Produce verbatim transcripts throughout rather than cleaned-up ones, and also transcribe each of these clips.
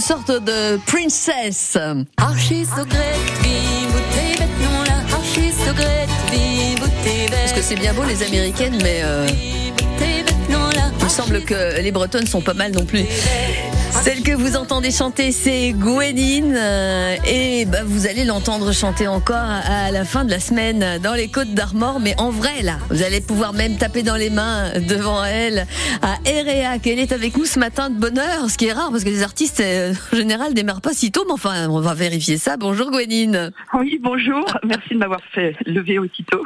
sorte de princess. Parce que c'est bien beau les américaines, mais euh, il me semble que les bretonnes sont pas mal non plus. Celle que vous entendez chanter, c'est Gwenyn, euh, et bah, vous allez l'entendre chanter encore à, à la fin de la semaine dans les Côtes d'Armor, mais en vrai là, vous allez pouvoir même taper dans les mains devant elle à Airillac. Elle est avec nous ce matin de bonne heure, ce qui est rare parce que les artistes euh, en général démarrent pas si tôt, mais enfin on va vérifier ça. Bonjour Gwenyn. Oui, bonjour, merci de m'avoir fait lever aussitôt.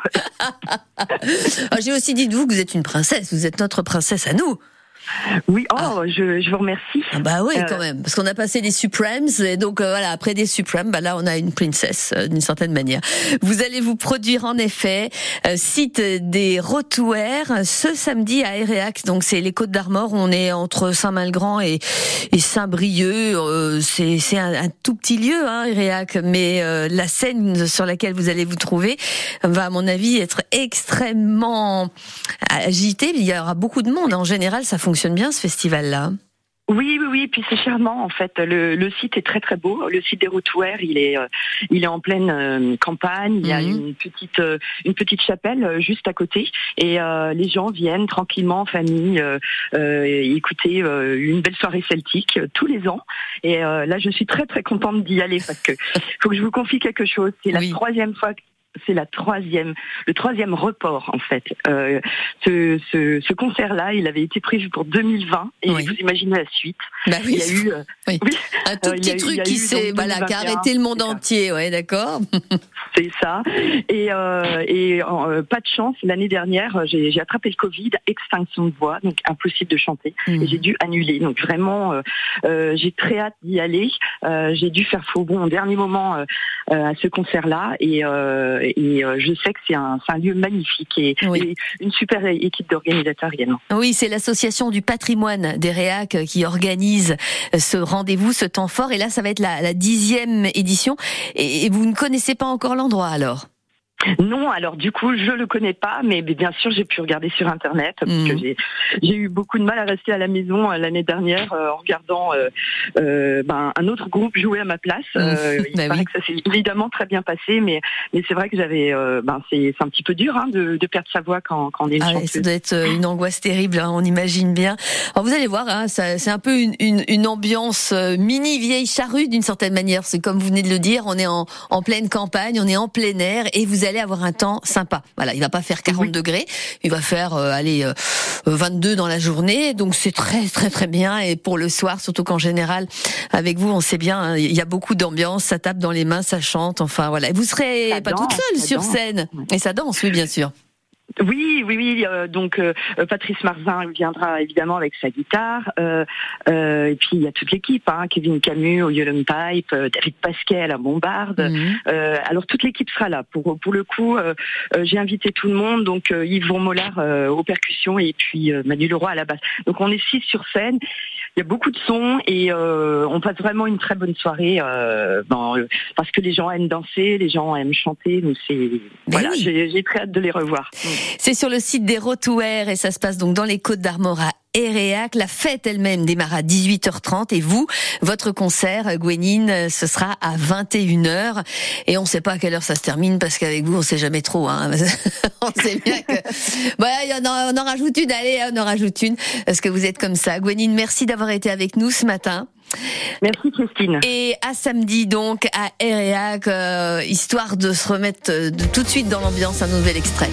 Alors, j'ai aussi dit de vous que vous êtes une princesse, vous êtes notre princesse à nous. Oui, oh, ah. je, je vous remercie. Ah bah oui, euh... quand même, parce qu'on a passé des Supremes, et donc euh, voilà, après des Supremes, bah là on a une princesse euh, d'une certaine manière. Vous allez vous produire en effet euh, site des Rotuaires ce samedi à Airillac, donc c'est les Côtes d'Armor. On est entre Saint-Malgrand et, et Saint-Brieuc. Euh, c'est, c'est un, un tout petit lieu, hein, Airillac, mais euh, la scène sur laquelle vous allez vous trouver va, à mon avis, être extrêmement agitée. Il y aura beaucoup de monde. En général, ça fonctionne fonctionne bien ce festival-là. Oui, oui, oui. Et puis c'est charmant en fait. Le, le site est très très beau. Le site des Rotuaires, il est, euh, il est en pleine euh, campagne. Il y a mmh. une petite, euh, une petite chapelle euh, juste à côté, et euh, les gens viennent tranquillement en famille euh, euh, écouter euh, une belle soirée celtique euh, tous les ans. Et euh, là, je suis très très contente d'y aller parce que faut que je vous confie quelque chose. C'est la oui. troisième fois. Que C'est la troisième, le troisième report en fait. Euh, ce, ce, ce concert-là, il avait été prévu pour deux mille vingt et oui. vous imaginez la suite. Bah oui. Il y a eu, euh, oui. Oui, un tout euh, petit truc qui s'est, voilà, qui a arrêté le monde entier, ouais, d'accord. C'est ça. Et, euh, et euh, pas de chance, l'année dernière, j'ai, j'ai attrapé le Covid, extinction de voix, donc impossible de chanter. Mmh. Et j'ai dû annuler. Donc vraiment, euh, euh, j'ai très hâte d'y aller. Euh, j'ai dû faire faux bond au dernier moment euh, à ce concert-là, et euh, Et euh, je sais que c'est un, c'est un lieu magnifique et, oui. et une super équipe d'organisateurs également. Oui, c'est l'association du patrimoine d'Airillac qui organise ce rendez-vous, ce temps fort. Et là, ça va être la, la dixième édition. Et, et vous ne connaissez pas encore l'endroit alors ? Non, alors du coup, je le connais pas, mais bien sûr, j'ai pu regarder sur Internet parce mmh. que j'ai, j'ai eu beaucoup de mal à rester à la maison euh, l'année dernière euh, en regardant euh, euh, ben, un autre groupe jouer à ma place. Euh, il bah paraît oui. que ça s'est évidemment très bien passé, mais mais c'est vrai que j'avais, euh, ben c'est c'est un petit peu dur hein, de, de perdre sa voix quand quand on est une ah chanteuse. Ça doit être une angoisse terrible, hein, on imagine bien. Alors vous allez voir, hein, ça, c'est un peu une, une, une ambiance mini vieille charrue d'une certaine manière. C'est comme vous venez de le dire, on est en, en pleine campagne, on est en plein air, et vous allez avoir un temps sympa. Voilà, il va pas faire quarante oui. degrés, il va faire euh, allez euh, vingt-deux dans la journée, donc c'est très très très bien. Et pour le soir, surtout qu'en général avec vous, on sait bien, hein, il y a beaucoup d'ambiance, ça tape dans les mains, ça chante, enfin voilà. Et vous serez ça pas danse, toute seule sur danse. Scène, et ça danse, oui bien sûr. Oui, oui, oui. Euh, donc euh, Patrice Marzin viendra évidemment avec sa guitare. Euh, euh, et puis il y a toute l'équipe, hein, Kevin Camus au violon pipe, euh, David Pasquet à la bombarde. Mm-hmm. Euh, alors toute l'équipe sera là. Pour pour le coup, euh, euh, j'ai invité tout le monde. Donc euh, Yvon Mollard euh, aux percussions et puis euh, Manu Leroy à la basse. Donc on est six sur scène. Il y a beaucoup de sons et euh, on passe vraiment une très bonne soirée euh, ben, euh, parce que les gens aiment danser, les gens aiment chanter. Donc c'est Mais voilà, oui. j'ai, j'ai très hâte de les revoir. C'est sur le site des Rotuaires et ça se passe donc dans les Côtes d'Armor à Airillac. La fête elle-même démarre à dix-huit heures trente et vous, votre concert, Gwenyn, ce sera à vingt et une heures. Et on ne sait pas à quelle heure ça se termine parce qu'avec vous, on ne sait jamais trop. Hein. On sait bien que... Voilà, on en, on en rajoute une, allez, on en rajoute une parce que vous êtes comme ça. Gwenyn, merci d'avoir été avec nous ce matin. Merci Christine. Et à samedi donc à Airillac, euh, histoire de se remettre de, tout de suite dans l'ambiance, un nouvel extrait.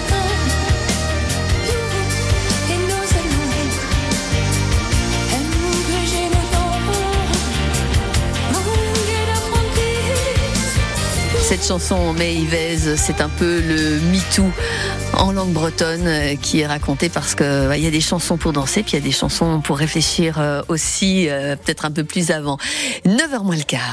Cette chanson, May Yves, c'est un peu le MeToo en langue bretonne qui est raconté parce que bah, y a des chansons pour danser, puis il y a des chansons pour réfléchir aussi, euh, peut-être un peu plus avant. neuf heures moins le quart.